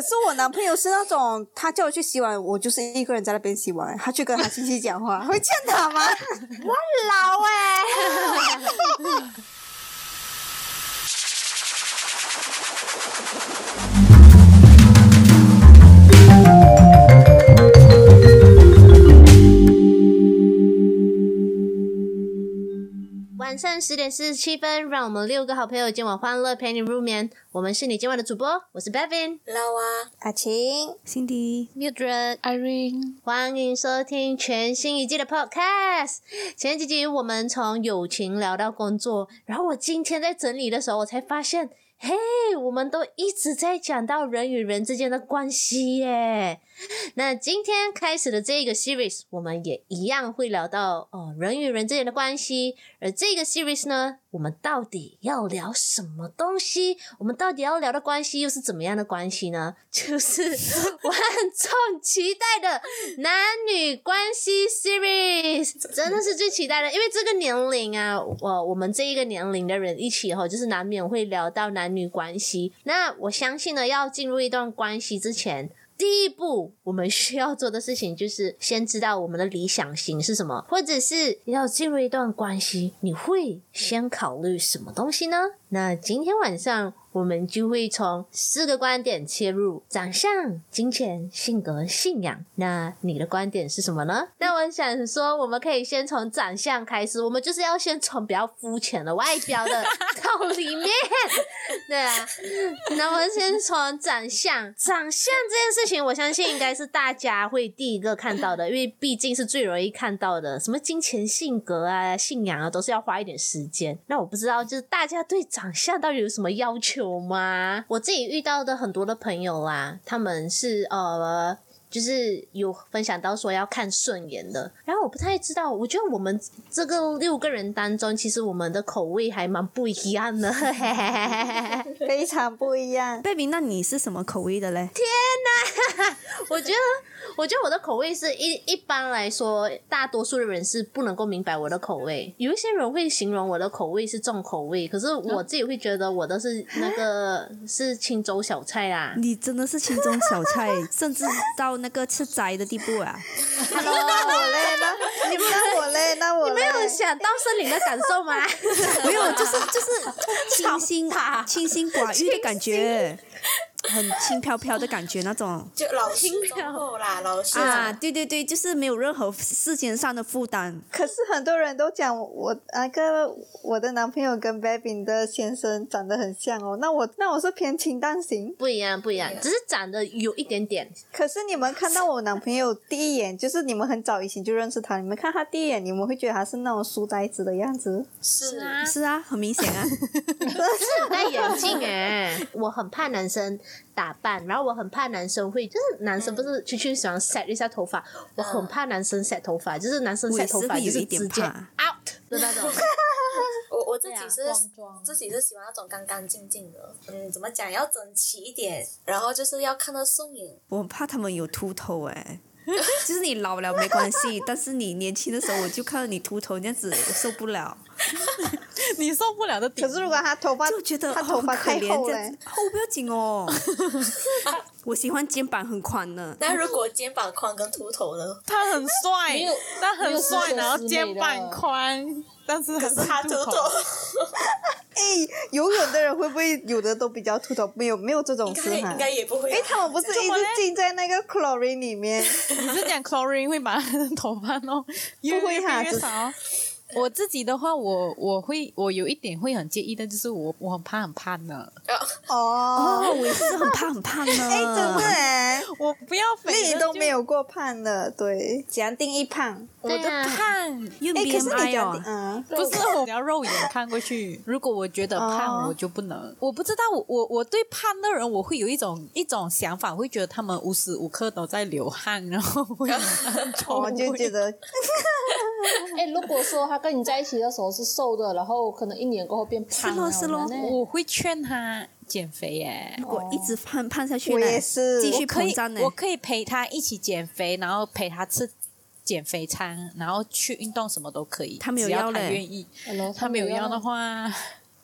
是我男朋友是那种，他叫我去洗碗，我就是一个人在那边洗碗，他去跟他亲戚讲话，会欠他吗？ 我老晚上10:47，让我们6个好朋友今晚欢乐陪你入眠。我们是你今晚的主播，我是 Bevin、 老啊， 阿晴、 Cindy、 Mildred、 Irene， 欢迎收听全新一季的 Podcast。前几集我们从友情聊到工作，然后我今天在整理的时候，我才发现，嘿，我们都一直在讲到人与人之间的关系耶。那今天开始的这个 series 我们也一样会聊到人与人之间的关系，而这个 series 呢，我们到底要聊什么东西？我们到底要聊的关系又是怎么样的关系呢？就是万众期待的男女关系 series， 真的是最期待的，因为这个年龄啊，我们这一个年龄的人一起就是难免会聊到男女关系。那我相信呢，要进入一段关系之前，第一步我们需要做的事情就是先知道我们的理想型是什么，或者是要进入一段关系，你会先考虑什么东西呢？那今天晚上我们就会从4个观点切入：长相、金钱、性格、信仰。那你的观点是什么呢？那我想说，我们可以先从长相开始，我们就是要先从比较肤浅的外表的到里面。对啊，那我们先从长相。长相这件事情，我相信应该是大家会第一个看到的，因为毕竟是最容易看到的。什么金钱、性格啊、信仰啊，都是要花一点时间。那我不知道，就是大家对长相到底有什么要求吗？我自己遇到的很多的朋友啦，他们是就是有分享到说要看顺眼的，然后我不太知道，我觉得我们这个6个人当中，其实我们的口味还蛮不一样的， 非常不一样。 贝明，那你是什么口味的嘞？ 天哪，我觉得我的口味是一般来说，大多数的人是不能够明白我的口味。有一些人会形容我的口味是重口味，可是我自己会觉得我的是那个是清粥小菜啦。 你真的是清粥小菜，甚至到那个吃斋的地步啊那我嘞，那我嘞， 你没有想到森林的感受吗？ 没有，就是清新寡欲的感觉，很轻飘飘的感觉那种， 就老实忠厚啦，老实啊，对对对，就是没有任何事情上的负担。 可是很多人都讲我的男朋友跟 Bevin 的先生长得很像哦，那我是偏清淡型。 不一样，只是长得有一点点。 可是你们看到我男朋友第一眼，就是你们很早以前就认识他，你们看他第一眼，你们会觉得他是那种书呆子的样子。 是啊，很明显啊。 是戴眼镜我很怕男生打扮，然后我很怕男生会，就是男生不是去喜欢 set 一下头发，我很怕男生 set 头发，就是男生 set 头发就是直接 out 的那种。 我自己是喜欢那种干干净净的，怎么讲，要整齐一点，然后就是要看得顺眼。 我怕他们有秃头就是你老了没关系，但是你年轻的时候我就看到你秃头这样子，我受不了。 你受不了的点。 可是如果他头发就觉得他头发太厚了， 厚不要紧哦。我喜欢肩膀很宽的。 但如果肩膀宽跟秃头呢？ 他很帅，然后肩膀宽，但是可是他秃头。 游泳的人会不会有的都比较秃头？没有这种事哈？ 应该也不会。 他们不是一直浸在那个 chlorine 里面？ 你是讲 chlorine 会把他的头发弄越变越少？我自己的话，我有一点会很介意的，就是我很胖的。 我也是很胖的。 真的我不要肥的， 你都没有过胖的，对，怎样定义胖？ 我的胖可是你讲不是我要肉眼看过去，如果我觉得胖我就不能。我不知道，我对胖的人我会有一种想法，会觉得他们无时无刻都在流汗，然后会很臭味。 我就觉得如果说他跟你在一起的时候是瘦的，然后可能1年过后变胖了， 是咯， 我会劝他减肥如果一直胖下去， 我也是继续膨胀我可以陪他一起减肥，然后陪他吃减肥餐，然后去运动，什么都可以。 他没有要嘞， 只要他愿意。他没有要的话，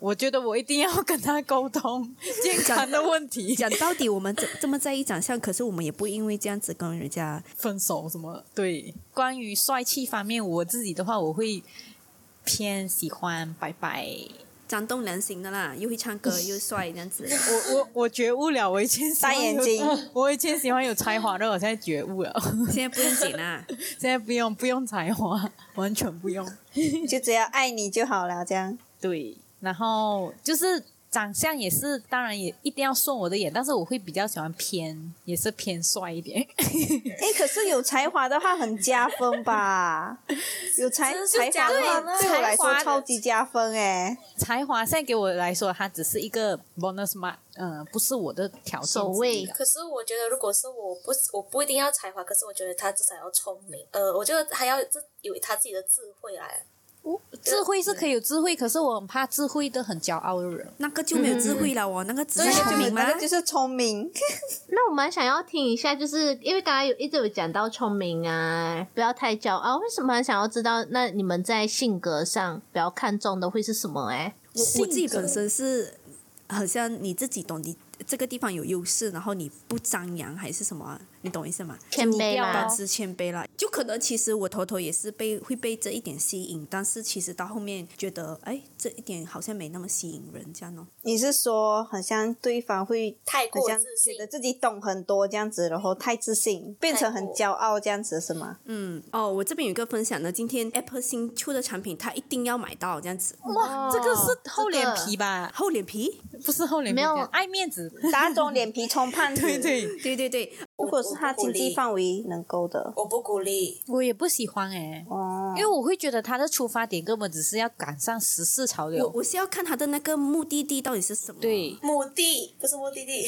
我觉得我一定要跟他沟通健康的问题。 讲到底，我们这么在意长相，可是我们也不因为这样子跟人家分手什么？对，关于帅气方面，我自己的话，我会偏喜欢白白。 张栋梁型的啦，又会唱歌又帅这样子。 我觉悟了，我以前大眼睛， 我以前喜欢有才华的，我现在觉悟了。 现在不用紧啦， 现在不用才华，完全不用， 就只要爱你就好了，这样。 对，然后就是长相也是，当然也一定要顺我的眼，但是我会比较喜欢也是偏帅一点。 可是有才华的话很加分吧？有才华的话对我来说超级加分才华现在给我来说，它只是一个 bonus mark，不是我的条件首位。 可是我觉得，如果是我不一定要才华，可是我觉得他至少要聪明。我觉得还要有他自己的智慧来。 智慧是可以有智慧，可是我很怕智慧的很骄傲的人。 那个就没有智慧了那个只是聪明吗？ 那个就是聪明。 那我蛮想要听一下，就是因为刚刚一直有讲到聪明啊，不要太骄傲。为什么很想要知道？那你们在性格上比较看重的会是什么？ 我自己本身是好像你自己懂你这个地方有优势，然后你不张扬还是什么你懂意思吗？ 谦卑啦， 保持谦卑啦。就可能其实我头也是会被这一点吸引，但是其实到后面觉得这一点好像没那么吸引人这样你是说好像对方会太过好像自信， 觉得自己懂很多这样子，然后太自信变成很骄傲这样子是吗？ 我这边有一个分享的，今天 Apple 新出的产品他一定要买到这样子。 哇，这个是厚脸皮吧？ 厚脸皮不是厚脸皮， 没有爱面子。 打肿脸皮充胖子。 对， 如果是他经济范围能够的， 我不鼓励。 我也不喜欢因为我会觉得他的出发点根本只是要赶上时事潮流。 我是要看他的那个目的地到底是什么。 对， 目的不是目的地。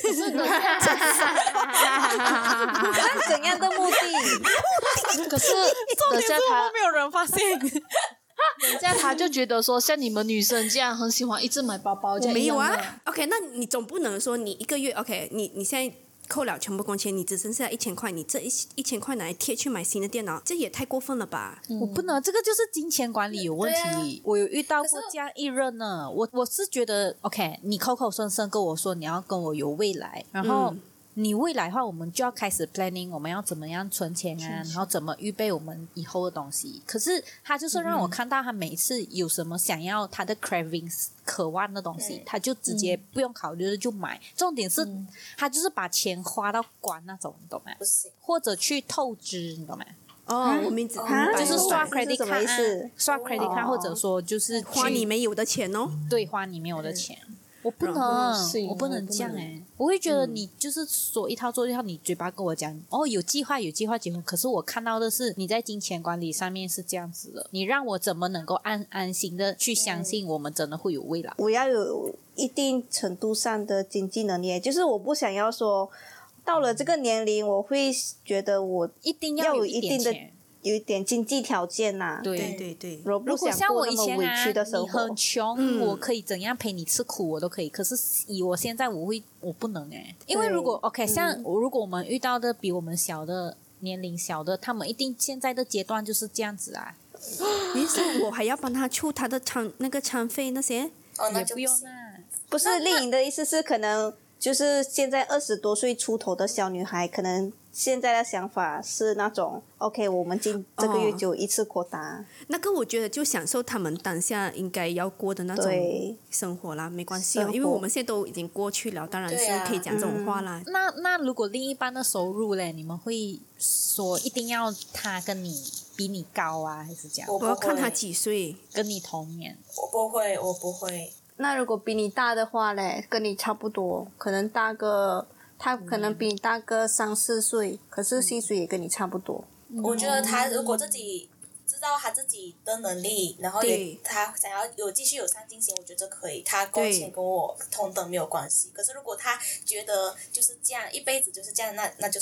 那怎样的目的？ 可是等下他没有人发现。 等下他就觉得说，像你们女生这样很喜欢一直买包包，这样没有一样的啊。OK， 那你总不能说你一个月 OK， 你现在扣了全部工钱，你只剩下1000块，你这1000块拿来贴去买新的电脑，这也太过分了吧？ 我不能，这个就是金钱管理有问题。我有遇到过这样一任呢，我是觉得 OK， 你口口声声跟我说你要跟我有未来，然后你未来的话，我们就要开始 planning， 我们要怎么样存钱啊，然后怎么预备我们以后的东西。可是他就是让我看到他每次有什么想要他的 cravings 渴望的东西，他就直接不用考虑的就买。重点是他就是把钱花到光那种，你懂吗？ 不行， 或者去透支，你懂吗？ 我明白， 就是刷这是 credit 什么意思刷 credit 卡，或者说就是花你没有的钱对，花你没有的钱。我不能，我不能这样我会觉得你就是说一套做一套，你嘴巴跟我讲有计划结婚，可是我看到的是你在金钱管理上面是这样子的，你让我怎么能够安心的去相信我们真的会有未来？ 我要有一定程度上的经济能力，就是我不想要说到了这个年龄，我会觉得我一定要有一点定的钱。 有一点经济条件呐、 对， 我不如果想像我以前过那么委屈的你生活很。穷，我可以怎样陪你吃苦我都可以。可是以我现在我不能因为如果 OK，像如果我们遇到的比我们小的年龄小的，他们一定现在的阶段就是这样子啊。 你说我还要帮他出他的餐费那些？ 那也不用就行。 不是丽颖的意思是可能就是现在20多岁出头的小女孩，可能现在的想法是那种 OK， 我们这个月就一次扩大。 那个我觉得就享受他们当下应该要过的那种生活啦，没关系因为我们现在都已经过去了，当然是可以讲这种话啦。 那如果另一半的收入嘞，你们会说一定要他跟你比你高啊，还是这样？ 我要看他几岁， 跟你同年。 我不会。 那如果比你大的话嘞，跟你差不多，可能他可能比你大个3-4岁，可是薪水也跟你差不多。 我觉得他如果自己知道他自己的能力，然后他想要继续有上进心，我觉得这可以。他工钱跟我同等没有关系。可是如果他觉得就是这样一辈子就是这样，那就算了。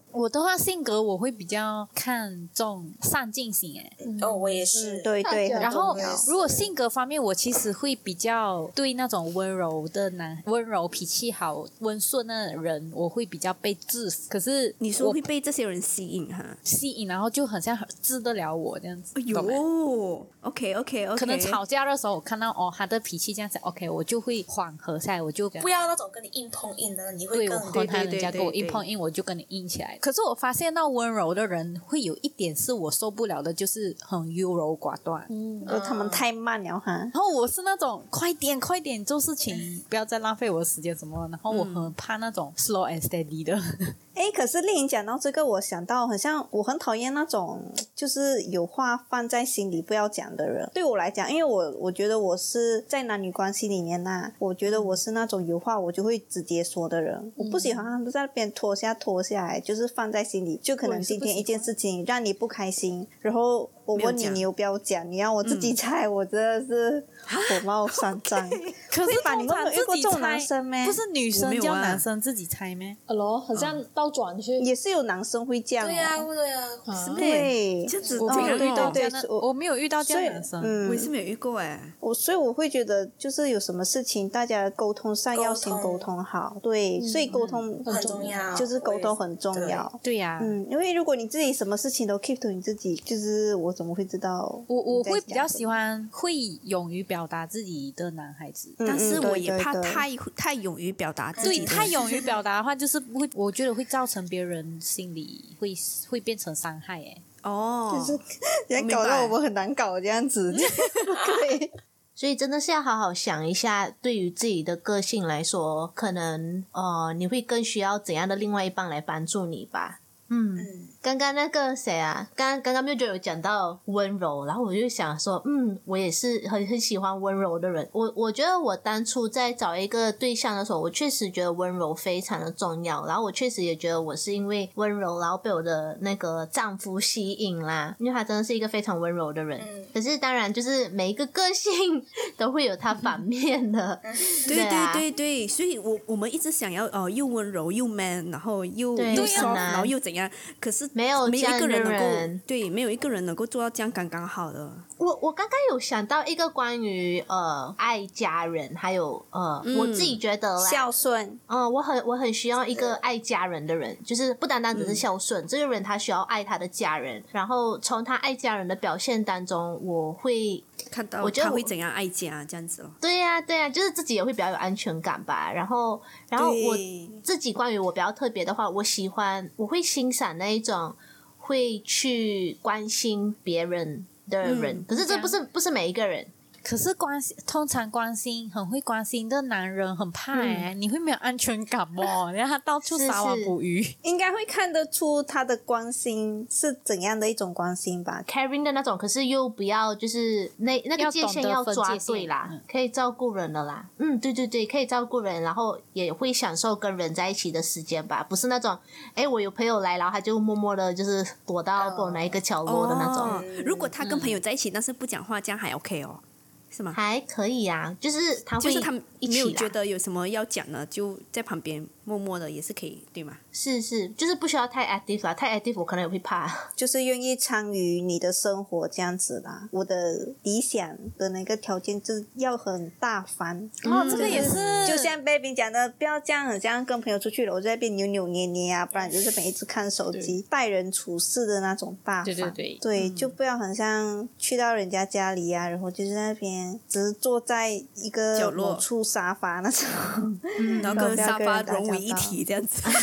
我的话性格我会比较看重上进心我也是， 对对， 大家然后很重要如果性格方面，我其实会比较对那种温柔脾气好温顺的人，我会比较被制服。可是你说会被这些人吸引哈？ 吸引，然后就很像治得了我这样子。 哎懂吗呦，OK， 可能吵架的时候，我看到他的脾气这样子 ，OK， 我就会缓和下来，我就不要那种跟你硬碰硬的，你会对， 更我和他人家跟我对对对硬碰硬，我就跟你硬起来。可是我发现到温柔的人会有一点是我受不了的，就是很优柔寡断。 他们太慢了哈。 然后我是那种快点做事情，不要再浪费我的时间什么。然后我很怕那种 slow and steady 的。 可是丽颖讲到这个，我想到很像我很讨厌那种就是有话放在心里不要讲的人。对我来讲，因为我觉得我是在男女关系里面我觉得我是那种有话我就会直接说的人。我不喜欢他们在那边拖下来，就是放在心里。就可能今天一件事情让你不开心，然后我问你，你又不要讲，你让我自己猜，我真的是火冒三丈。 可是你们有遇过这种男生吗？ 不是女生叫男生自己猜吗？ 好像倒转去， 也是有男生会这样。 对呀， 对， 这样子我没有遇到对， 我没有遇到这样的男生， 我也是没有遇过所以我会觉得，就是有什么事情，大家沟通上要先沟通好。对，所以沟通很重要， 就是沟通很重要。 对呀， 因为如果你自己什么事情都 keep to 你自己，就是我怎么会知道？ 我会比较喜欢会勇于表达自己的男孩子， 但是我也怕对太勇于表达自己。 对，太勇于表达的话，就是会，我觉得会造成别人心里会变成伤害就是也搞到我们很难搞这样子。对。 所以真的是要好好想一下，对于自己的个性来说，可能你会更需要怎样的另外一半来帮助你吧。刚刚那个谁啊，刚刚没有就有讲到温柔，然后我就想说，我也是很喜欢温柔的人。我觉得我当初在找一个对象的时候，我确实觉得温柔非常的重要，然后我确实也觉得我是因为温柔，然后被我的那个丈夫吸引啦，因为他真的是一个非常温柔的人。可是当然就是每一个个性都会有他反面的。 对，所以我们一直想要又温柔又 man， 然后又 soft， 然后又怎样？可是没有一个人能够没有一个人能够做到这样刚刚好的。 我刚刚有想到一个关于爱家人，还有我自己觉得啦， 孝顺。 我很需要一个爱家人的人，就是不单单只是孝顺，这个人他需要爱他的家人，然后从他爱家人的表现当中，我会看到我觉得他会怎样爱家这样子咯。 对呀，就是自己也会比较有安全感吧。然后我自己关于我比较特别的话，我会欣赏那一种会去关心别人的人，可是这不是每一个人。 可是通常很会关心的男人很怕你会没有安全感哦，然后他到处撒网捕鱼， 应该会看得出他的关心是怎样的一种关心吧。 caring 的那种，可是又不要就是那个界限要抓对啦，可以照顾人的啦。对，可以照顾人，然后也会享受跟人在一起的时间吧，不是那种我有朋友来，然后他就默默的就是躲到不懂哪一个角落的那种。 如果他跟朋友在一起，但是不讲话，这样还 OK 哦。是吗？ 还可以啊，就是他会就是他没有觉得有什么要讲的，就在旁边默默的也是可以，对吗？ 是，就是不需要太 active 啦，太 active 我可能也会怕。 就是愿意参与你的生活这样子啦。我的理想的那个条件就是要很大方。 这个也是， 就像 Baby 讲的，不要这样跟朋友出去了，我在那边扭扭捏捏啊，不然就是一直看手机，待人处事的那种大方。对，就不要很像去到人家家里啊，然后就是在那边只是坐在一个角落某处沙发那种， 然后跟沙发融为一体这样子。 那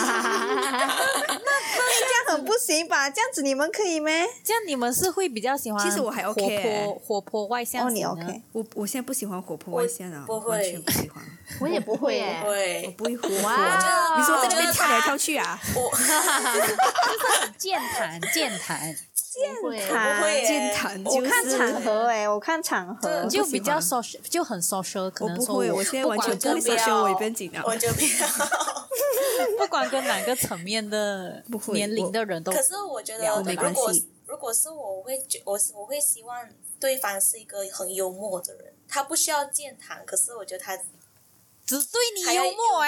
这样很不行吧？这样子你们可以吗？ 这样你们是会比较喜欢？ 其实我还 OK， 活泼外向型的。 你 OK？ 我现在不喜欢活泼外向啊， 不会， 完全不喜欢。 我也不会我不会活泼。 哇， 你说在那边跳来跳去啊？ 健谈， 健谈， 我看场合我看场合就比较 social， 就很 social， 可能我不会，我现在完全不会 social， 我也变紧张， 我就不要。 不管跟哪个层面的年龄的人都。 可是我觉得，如果是我会希望对方是一个很幽默的人，他不需要健谈，可是我觉得他只对你幽默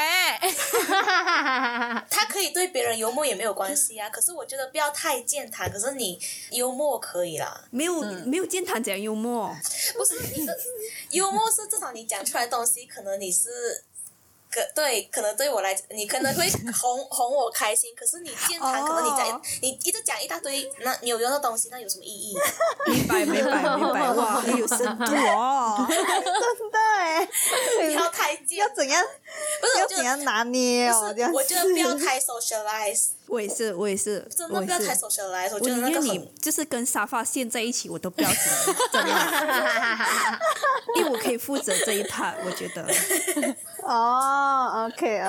他可以对别人幽默也没有关系啊。可是我觉得不要太健谈，可是你幽默可以啦。 没有健谈怎样幽默？ 不是你的幽默是至少你讲出来的东西，可能你是。可能对我来讲，你可能会哄我开心，可是你健谈，可能你一直讲一大堆那没有用的东西，那有什么意义？ 明白，哇，很有深度哦， 真的哎， 不要太健， 要怎样？ 不是要怎样拿捏哦？这样我觉得不要太 socialize。 我也是， 真的不要太 socialize。我觉得宁愿那个你就是跟沙发陷在一起，我都不要紧，真的，因为我可以负责这一 part， 我觉得。 哦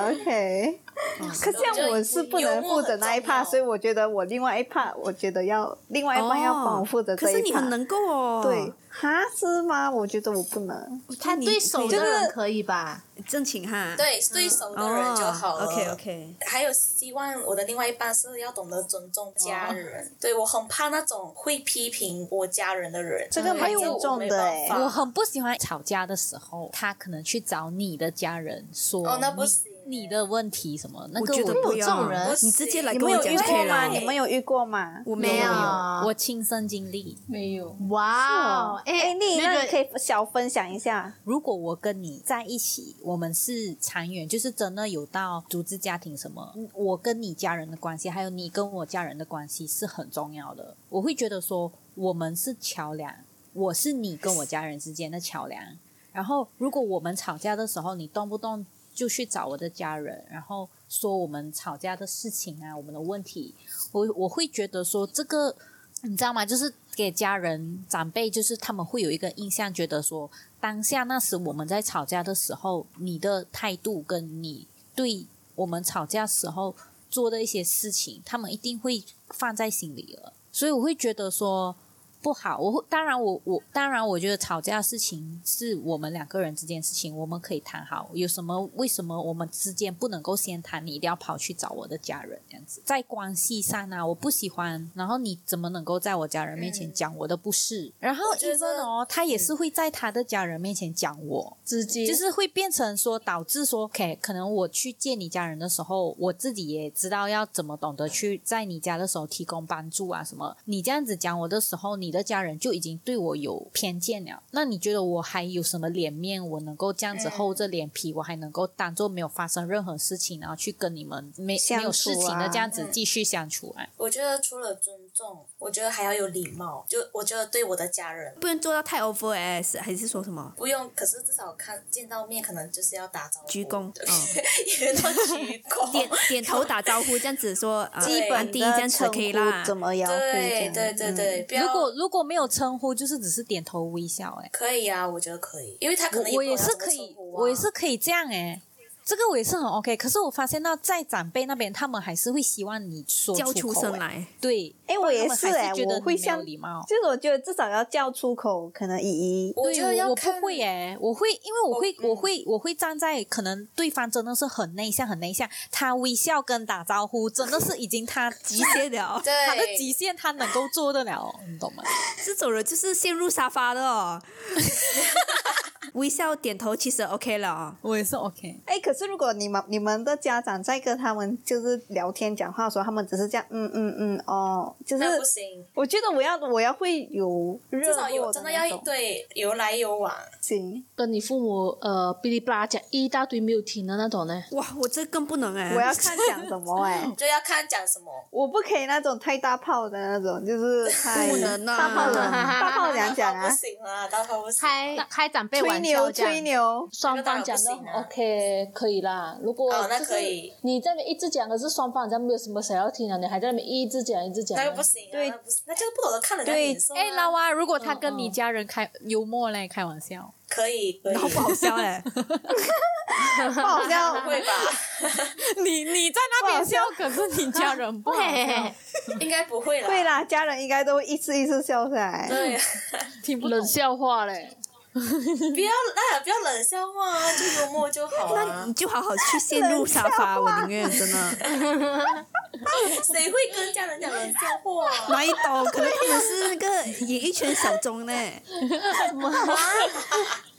，OK， 可这样我是不能负责那一 part， 所以我觉得我另外一 part， 我觉得要另外一半要帮我负责这一 part。 可是你很能够哦。 对，哈是吗？我觉得我不能。 他对熟的人可以吧？ 正经哈。 对熟的人就好了。 OK。 还有希望我的另外一半是要懂得尊重家人。对，我很怕那种会批评我家人的人。 这个蛮严重的哎。 我很不喜欢吵架的时候，他可能去找你的家人说那不行。 你的问题什么？那个我觉得不要这种人， 你直接来跟我讲就可以了。 你们有遇过吗？ 我没有， 我亲身经历没有。 哇， 你那你可以小分享一下。 如果我跟你在一起，我们是长远，就是真的有到组织家庭什么，我跟你家人的关系，还有你跟我家人的关系是很重要的。我会觉得说，我们是桥梁，我是你跟我家人之间的桥梁。然后，如果我们吵架的时候，你动不动就去找我的家人，然后说我们吵架的事情啊，我们的问题，我会觉得说这个，你知道吗？就是给家人长辈，就是他们会有一个印象，觉得说当下那时我们在吵架的时候，你的态度跟你对我们吵架时候做的一些事情，他们一定会放在心里了。所以我会觉得说不好。当然我觉得吵架的事情是我们两个人之间的事情，我们可以谈好。为什么我们之间不能够先谈？你一定要跑去找我的家人这样子，在关系上啊，我不喜欢。然后你怎么能够在我家人面前讲我的不是？然后even他也是会在他的家人面前讲我， 直接就是会变成说导致说 ，OK， 可能我去见你家人的时候，我自己也知道要怎么懂得去在你家的时候提供帮助啊什么。你这样子讲我的时候，你的家人就已经对我有偏见了。那你觉得我还有什么脸面？我能够这样子厚着脸皮，我还能够当做没有发生任何事情，然后去跟你们没有事情的这样子继续相处啊？ 我觉得除了尊重，我觉得还要有礼貌。就我觉得对我的家人不能做到太 over S， 还是说什么？ 不用，可是至少见到面，可能就是要打招呼， 鞠躬， 也要鞠躬， 点头打招呼，这样子说， 基本第一这样子可以啦。 怎么样？ 对，不要。 如果没有称呼，就是只是点头微笑， 可以啊，我觉得可以，因为他可能我也是可以，我也是可以这样这个我也是很 OK， 可是我发现到在长辈那边，他们还是会希望你说叫出声来。 对， 我也是我会像礼貌， 就是我觉得至少要叫出口，可能我觉得我不会我会，因为我会站在可能对方真的是很内向，他微笑跟打招呼真的是已经他极限了， 他的极限他能够做得了，你懂吗？ 这种人就是陷入沙发的哦。微笑点头其实 OK 了我也是 OK。 可是如果你们的家长在跟他们就是聊天讲话的时候，他们只是这样就是那不行。 我觉得我要会有至少有真的要对有来有往。 行， 跟你父母哔哩吧啦讲一大堆没有听的那种呢？ 哇，我这更不能我要看讲什么就要看讲什么。 我不可以那种太大炮的那种，就是太不能啊， 大炮怎样讲啊？ 不行啊，大炮不行。 开长辈玩笑吹牛， 双方讲的 OK 可以啦。如果那可以， 你在那边一直讲，可是双方好像没有什么想要听啊，你还在那边一直讲， 那就不行。对，那就是不懂得看人家脸色。 老娃，如果他跟你家人幽默嘞，开玩笑。 可以， 然后不好笑不好笑会吧？ 你在那边笑，可是你家人不好笑， 应该不会啦。 会啦，家人应该都会一次一次笑下来。 对， 听不懂冷笑话嘞。 不要冷笑话啊，就幽默就好啊。 那你就好好去陷入沙发，我宁愿真的。 谁会跟家人讲冷笑话？ 哪一懂？可能他们是那个演艺圈小钟呢。 什么？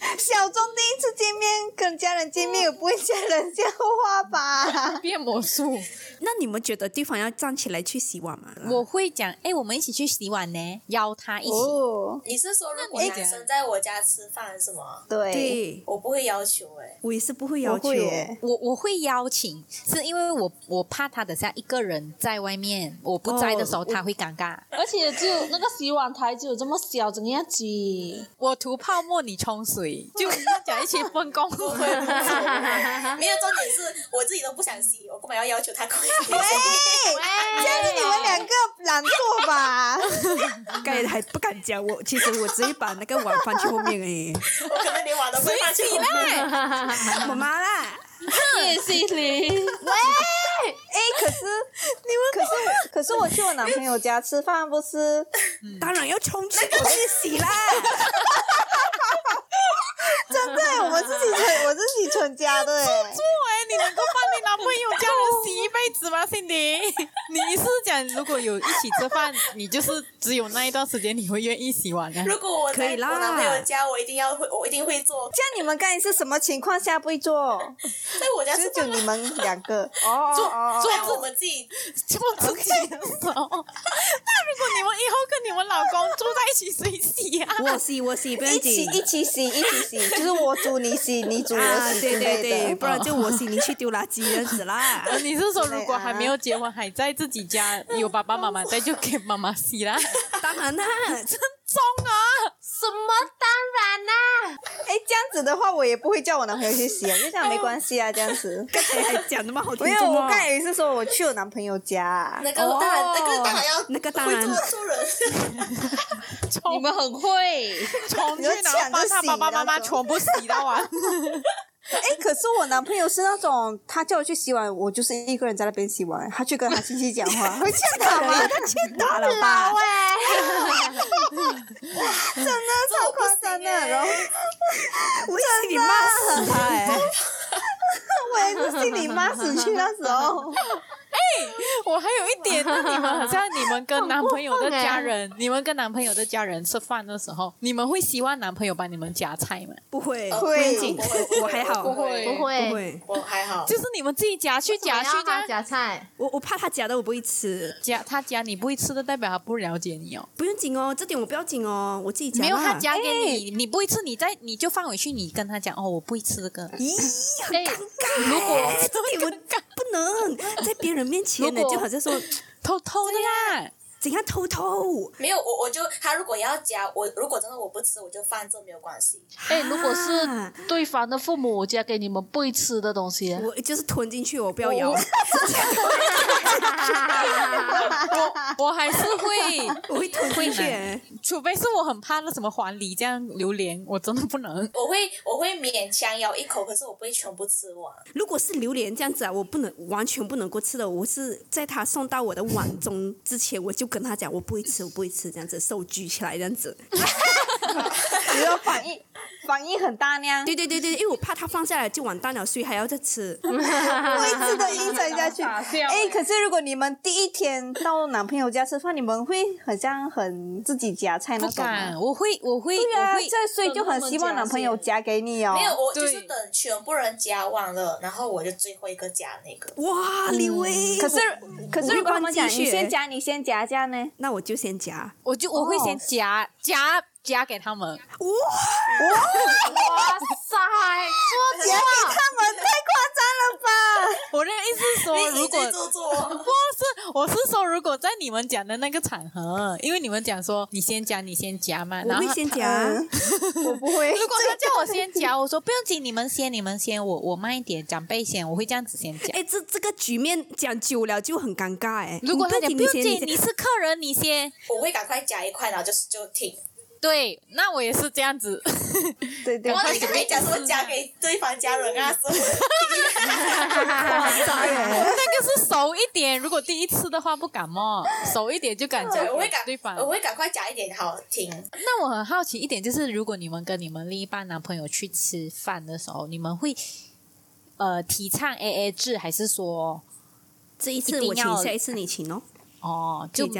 小钟第一次见面跟家人见面，也不会讲人家话吧？ 变魔术。 那你们觉得对方要站起来去洗碗吗？ 我会讲，我们一起去洗碗呢，邀他一起。 哦， 你是说如果男生在我家吃饭是吗？ 对， 对， 我不会要求我也是不会要我求。 会耶。 我会邀请，是因为我怕他等下一个人在外面，我不在的时候他会尴尬。 而且只有那个洗碗台只有这么小，怎样挤？ 我涂泡沫，你冲水，就大家一起分工。 没有重点是我自己都不想洗，我根本要求他跟我一起洗。 这样子你们两个懒惰吧？ 刚才还不敢讲，其实我直接把那个碗放去后面而已。 我可能连碗都不会放去后面。 妈妈啦， 谢谢你。 可是我去我男朋友家吃饭，不是当然要冲去过去洗啦。 真的，我自己存家的哎。 你能够帮你男朋友家人洗一辈子吗，Cindy？你是讲如果有一起吃饭，你就是只有那一段时间你会愿意洗碗呢？ 如果我在我男朋友家，我一定会做。 这样你们刚才是什么情况下不会做？ 在我家就你们两个做我们自己做自己的时候，那如果你们以后跟你们老公住在一起，谁洗啊？ 我洗，不要紧。 一起洗，就是我煮你洗，你煮我洗之类的。 对，不然就我洗，你去丢垃圾这样子啦。 你是说如果还没有结婚，还在自己家有爸爸妈妈在，就给妈妈洗啦？ 当然啦， 真重啊！ 什么当然啦、 这样子的话，我也不会叫我男朋友去洗啊，就讲没关系啊，这样子。 刚才还讲那么好听， 没有，我刚才也是说我去我男朋友家。 那个当然要那个当然会做人。 你们很会。 冲去然后帮他爸爸妈妈全部洗到完。 可是我男朋友是那种，他叫我去洗碗，我就是一个人在那边洗碗，他去跟他亲戚讲话，会欠打吗？ 他欠打了吧？ 真的超夸张的，然后我心里骂死他我也是心里骂死去那时候。 我还有一点，那你们好像你们跟男朋友的家人，你们跟男朋友的家人吃饭的时候，你们会希望男朋友帮你们夹菜吗？ 不会， 会我还好， 不会不会， 我还好， 就是你们自己夹去夹去为什么要他的， 夹菜。 我怕他夹的我不会吃。 他夹你不会吃的，代表他不了解你哦。 不用紧哦，这点我不要紧哦，我自己夹啦。 没有他夹给你，你不会吃，你就放回去，你跟他讲哦，我不会吃这个。 咦，很尴尬。如果这点我不能在别人面前呢，就好像说偷偷的啦。 怎样偷偷？ 没有我就他如果要夹我，如果真的我不吃，我就放这没有关系。 如果是对方的父母夹给你们不会吃的东西， 我就是吞进去，我不要咬。 我还是会， 我会吞进去， 除非是我很怕那什么黄梨这样榴莲，我真的不能。 我会勉强咬一口，可是我不会全部吃完。 如果是榴莲这样子啊，我不能完全不能够吃的。我是在他送到我的碗中之前，我就跟他讲我不会吃，这样子手举起来这样子。 你说反应很大量， 对，因为我怕他放下来就完蛋了，所以还要再吃。 我一直都硬撑下去。可是如果你们第一天到男朋友家吃饭，你们会很自己夹菜那种吗？ 不敢，我会。 对啊，所以就很希望男朋友夹给你哦。 没有，我就是等全部人夹完了，然后我就最后一个夹那个。 哇，李薇！ 可是如果他们讲你先夹这样呢？ 那我就先夹， 我会先夹给他们。 哇塞， 夹给他们太夸张了吧！ 我的意思是说，如果做不是，我是说，如果在你们讲的那个场合，因为你们讲说你先夹嘛， 我会先夹， 我不会。 如果他叫我先夹，我说不用紧，你们先，我慢一点，长辈先，我会这样子先夹。 这个局面讲久了就很尴尬如果他讲不用紧，你是客人，你先， 我会赶快夹一块，然后就停。 对，那我也是这样子。 对， 我你可以讲说夹给对方家人啊，说那个是熟一点，如果第一次的话不敢嘛，熟一点就敢夹给对方。 我会赶快夹一点好停。 那我很好奇一点，就是如果你们跟你们另一半男朋友去吃饭的时候，你们会提倡 AA 制，还是说这一次我请，下一次你请哦？ 哦， 就这样吗？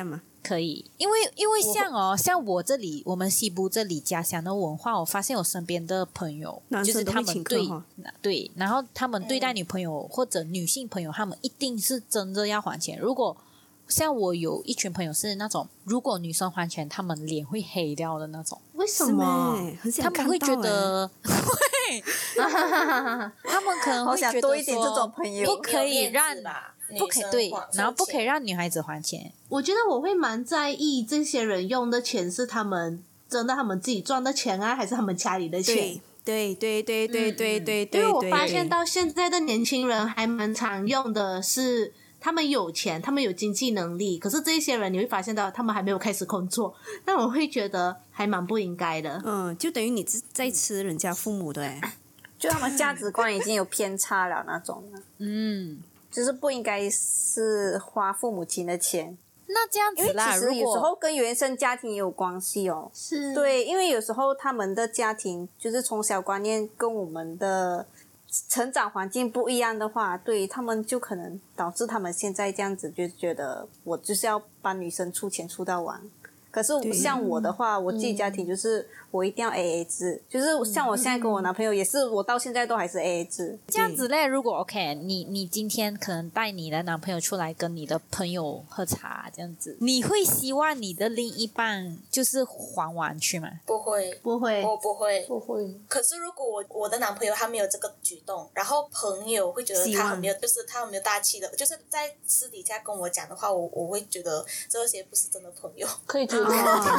可以，因为像我这里，我们西部这里家乡的文化，我发现我身边的朋友，就是他们对，然后他们对待女朋友或者女性朋友，他们一定是真的要还钱。如果像我有一群朋友是那种，如果女生还钱，他们脸会黑掉的那种。 为什么？ 他们会觉得会，他们可能会觉得多一点这种朋友， 不可以让不可以对，然后不可以让女孩子还钱。 我觉得我会蛮在意这些人用的钱是他们真的他们自己赚的钱啊，还是他们家里的钱？ 对， 因为我发现到现在的年轻人还蛮常用的是他们有钱，他们有经济能力，可是这些人你会发现到他们还没有开始工作，但我会觉得还蛮不应该的。 就等于你在吃人家父母的就他们价值观已经有偏差了那种了。就是不应该是花父母亲的钱。 那这样子啦， 因为其实有时候跟原生家庭也有关系哦。 是， 对，因为有时候他们的家庭就是从小观念跟我们的成长环境不一样的话，对他们就可能导致他们现在这样子，就觉得我就是要帮女生出钱出到完。可是像我的话，我自己家庭就是我一定要 AA 制，就是像我现在跟我男朋友也是，我到现在都还是 AA 制。 这样子嘞，如果 OK， 你今天可能带你的男朋友出来跟你的朋友喝茶，这样子，你会希望你的另一半就是还完去吗？ 不会， 我不会。 可是如果我的男朋友他没有这个举动，然后朋友会觉得他很没有，就是他很没有大气的，就是在私底下跟我讲的话，我会觉得这些不是真的朋友。 可以觉得。 对，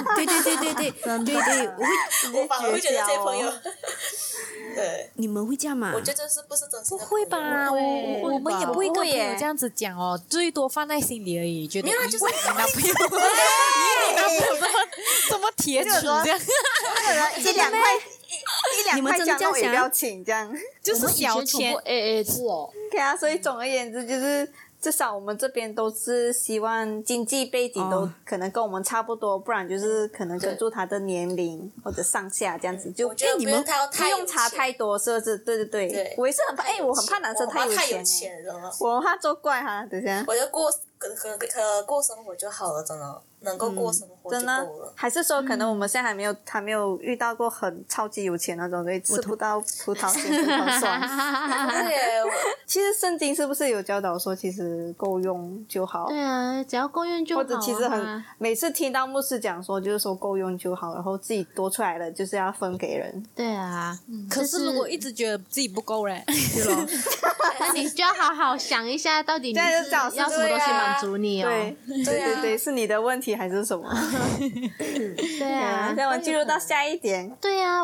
我反而会觉得这些朋友，对， 你们会这样吗？ 我觉得这是不是真心的朋友？ 不会吧？我们也不会跟朋友这样子讲哦，最多放在心里而已。觉得没有，就是你男朋友怎么铁齿这样？ 一两块加都也不要请，这样就是小钱 AA 制哦。 对啊，所以总而言之就是。至少我们这边都是希望经济背景都可能跟我们差不多，不然就是可能跟住他的年龄或者上下这样子，就你们不用差太多，是不是？对，我也是很怕，我很怕男生太有钱了，我怕作怪哈。等下， 我就过生活就好了，真的能够过生活就够了。 还是说，可能我们现在还没有遇到过很超级有钱那种，所以吃不到葡萄甜葡萄酸。其实圣经是不是有教导说，其实够用就好？ 对啊，只要够用就好。 或者其实每次听到牧师讲说，就是说够用就好，然后自己多出来的就是要分给人。 对啊， 可是如果一直觉得自己不够嘞， 是咯。 那你就要好好想一下，到底你要什么东西满足你哦？ 对，是你的问题还是什么？ 对啊， 那我们进入到下一点。 对啊，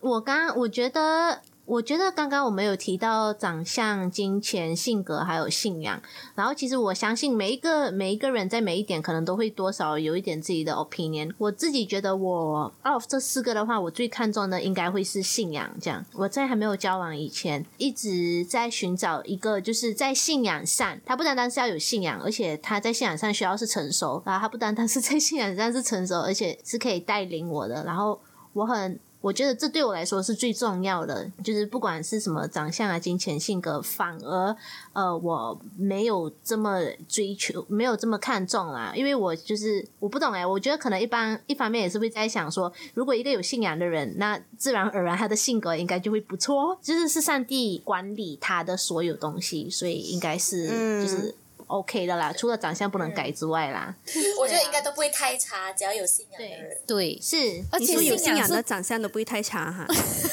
我觉得刚刚我们有提到长相、金钱、性格还有信仰，然后其实我相信每一个人在每一点可能都会多少有一点自己的 opinion。我自己觉得我这4个的话，我最看重的应该会是信仰。这样，我在还没有交往以前，一直在寻找一个就是在信仰上，他不单单是要有信仰，而且他在信仰上需要是成熟，然后他不单单是在信仰上是成熟，而且是可以带领我的。然后我觉得这对我来说是最重要的，就是不管是什么长相啊、金钱、性格，反而我没有这么追求，没有这么看重啦。因为我不懂我觉得可能一方面也是会在想说，如果一个有信仰的人，那自然而然他的性格应该就会不错，就是上帝管理他的所有东西，所以应该是就是OK 的啦，除了长相不能改之外啦， 我觉得应该都不会太差，只要有信仰的人。 对， 是， 而且有信仰的长相都不会太差哈。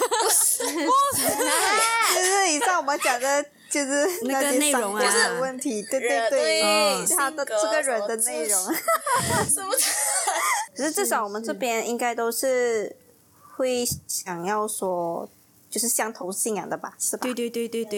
就是以上我们讲的，就是那个内容啊， 就是问题，对，他的这个人的内容。 是不是？ 可是至少我们这边应该都是会想要说。就是相同信仰的吧，是吧？ 对，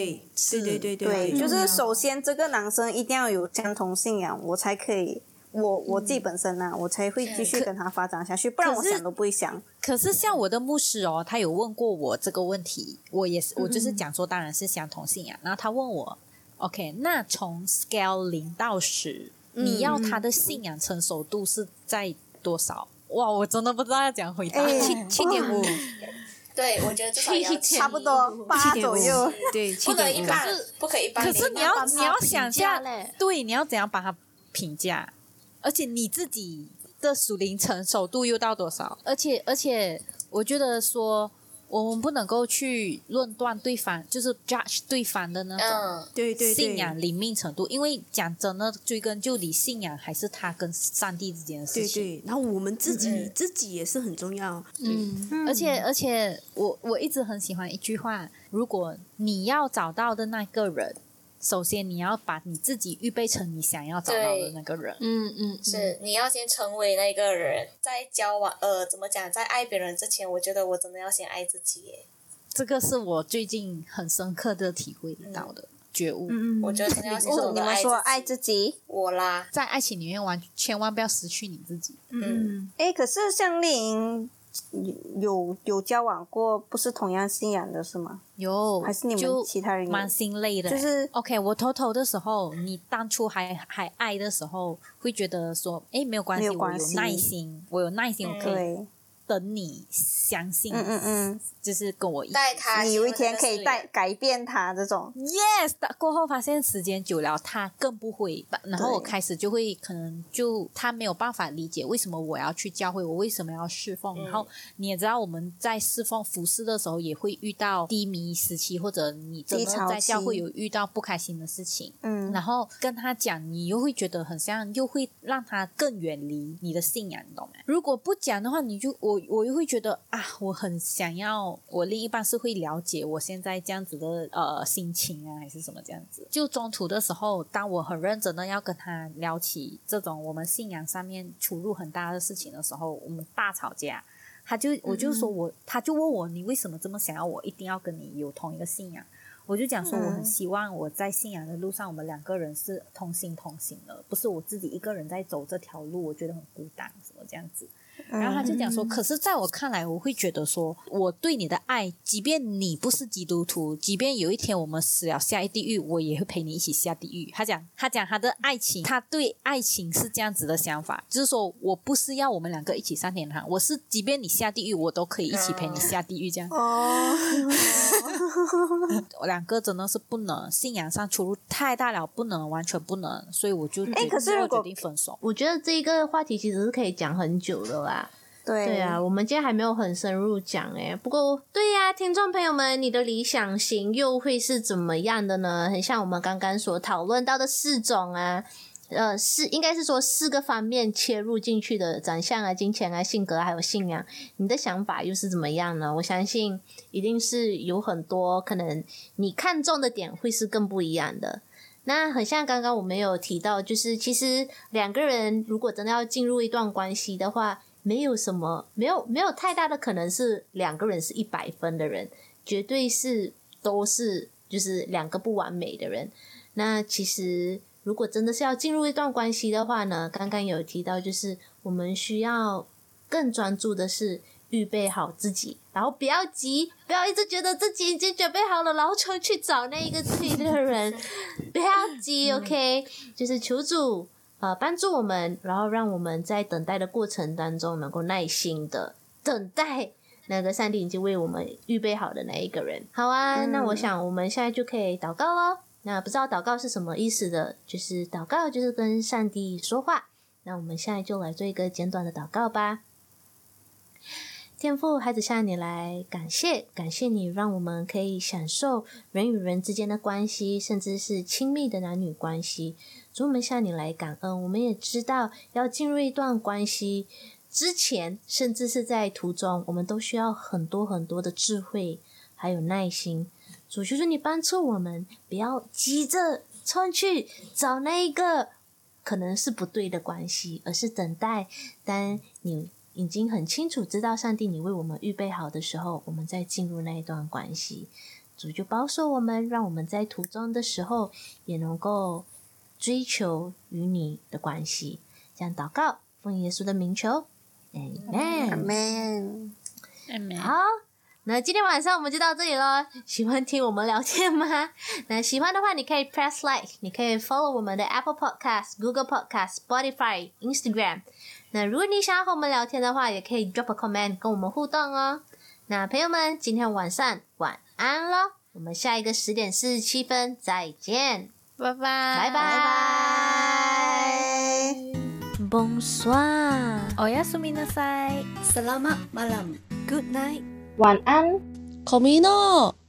就是首先这个男生一定要有相同信仰，我才可以，我自己本身呢，我才会继续跟他发展下去，不然我想都不会想。 可是像我的牧师哦，他有问过我这个问题，我就是讲说，当然是相同信仰。然后他问我 ，OK， 那从 scale 0到10，你要他的信仰成熟度是在多少？哇，我真的不知道要怎样回答。7.5。 对，我觉得至少要差不多8左右， 对， 不可以一般，不可以一般。 可是你要想下，对，你要怎样把它评价？而且你自己的属灵成熟度又到多少？而且，我觉得说我们不能够去论断对方，就是 judge 对方的那种对对对， 信仰灵命程度，因为讲真的，追根究底，信仰还是他跟上帝之间的事对情。 对，然后我们自己也是很重要。 而且我一直很喜欢一句话：如果你要找到的那个人，首先你要把你自己预备成你想要找到的那个人。 是你要先成为那个人，在交往怎么讲，在爱别人之前，我觉得我真的要先爱自己耶。 这个是我最近很深刻的体会到的觉悟。 我觉得真的要先懂你们得说爱自己， 我啦， 在爱情里面千万不要失去你自己。 可是像丽莹有交往过不是同样信仰的是吗？ 有， 还是你们就其他人有蛮心累的。 就是 OK， 我偷偷的时候，你当初还爱的时候，会觉得说，没有关系，我有耐心，我可以对等你相信，就是跟我一起。 带他， 你有一天可以改变他这种。 Yes， 过后发现时间久了，他更不会。然后我开始就会可能就他没有办法理解为什么我要去教会，我为什么要侍奉。然后你也知道我们在侍奉服侍的时候也会遇到低迷时期，或者你真的在教会有遇到不开心的事情。然后跟他讲，你又会觉得很像，又会让他更远离你的信仰，你懂吗？如果不讲的话，我又会觉得我很想要我另一半是会了解我现在这样子的心情啊，还是什么这样子。就中途的时候，当我很认真的要跟他聊起这种我们信仰上面出入很大的事情的时候，我们大吵架，我就说他就问我，你为什么这么想要我一定要跟你有同一个信仰？我就讲说我很希望我在信仰的路上我们两个人是同心同行的，不是我自己一个人在走这条路，我觉得很孤单什么这样子。然后他就讲说，可是在我看来，我会觉得说我对你的爱，即便你不是基督徒，即便有一天我们死了下地狱，我也会陪你一起下地狱。他讲他的爱情，他对爱情是这样子的想法，就是说我不是要我们两个一起上天堂，我是即便你下地狱，我都可以一起陪你下地狱这样。我两个真的是不能，信仰上出入太大了，不能，完全不能，所以我就可是如果决定分手。 我觉得这一个话题其实是可以讲很久的啦。 对啊，我们今天还没有很深入讲不过对呀，听众朋友们，你的理想型又会是怎么样的呢？很像我们刚刚所讨论到的4种应该是说4个方面切入进去的，长相啊、金钱啊、性格啊，还有信仰，你的想法又是怎么样呢？我相信一定是有很多可能你看中的点会是更不一样的。那很像刚刚我们有提到，就是其实两个人如果真的要进入一段关系的话，没有太大的可能是两个人是100分的人，绝对都是就是2个不完美的人。那其实如果真的是要进入一段关系的话呢，刚刚有提到就是我们需要更专注的是预备好自己，然后不要急，不要一直觉得自己已经准备好了，然后就去找那一个对的人，不要急，OK， 就是求主帮助我们，然后让我们在等待的过程当中能够耐心的等待那个上帝已经为我们预备好的那一个人。好啊，那我想我们现在就可以祷告咯。那不知道祷告是什么意思的，就是祷告就是跟上帝说话。那我们现在就来做一个简短的祷告吧。天父，孩子向你来感谢你让我们可以享受人与人之间的关系，甚至是亲密的男女关系。主，我们向你来感恩，我们也知道要进入一段关系之前，甚至是在途中，我们都需要很多很多的智慧还有耐心。主，求求你帮助我们，不要急着冲去找那一个可能是不对的关系，而是等待当你已经很清楚知道上帝你为我们预备好的时候，我们再进入那一段关系。主就保守我们，让我们在途中的时候也能够追求与你的关系。这样祷告，奉耶稣的名求 Amen。 好，那今天晚上我们就到这里咯。喜欢听我们聊天吗？那喜欢的话你可以 press like， 你可以 follow 我们的 Apple Podcast、Google Podcast、Spotify、Instagram。那如果你想要和我们聊天的话，也可以 drop a comment 跟我们互动哦。那朋友们，今天晚上晚安咯，我们下一个10点47分再见， 拜拜， 拜拜。 Bonsoir， Oyasumi nasai， Selamat malam. Good night. 晚安。 Komino.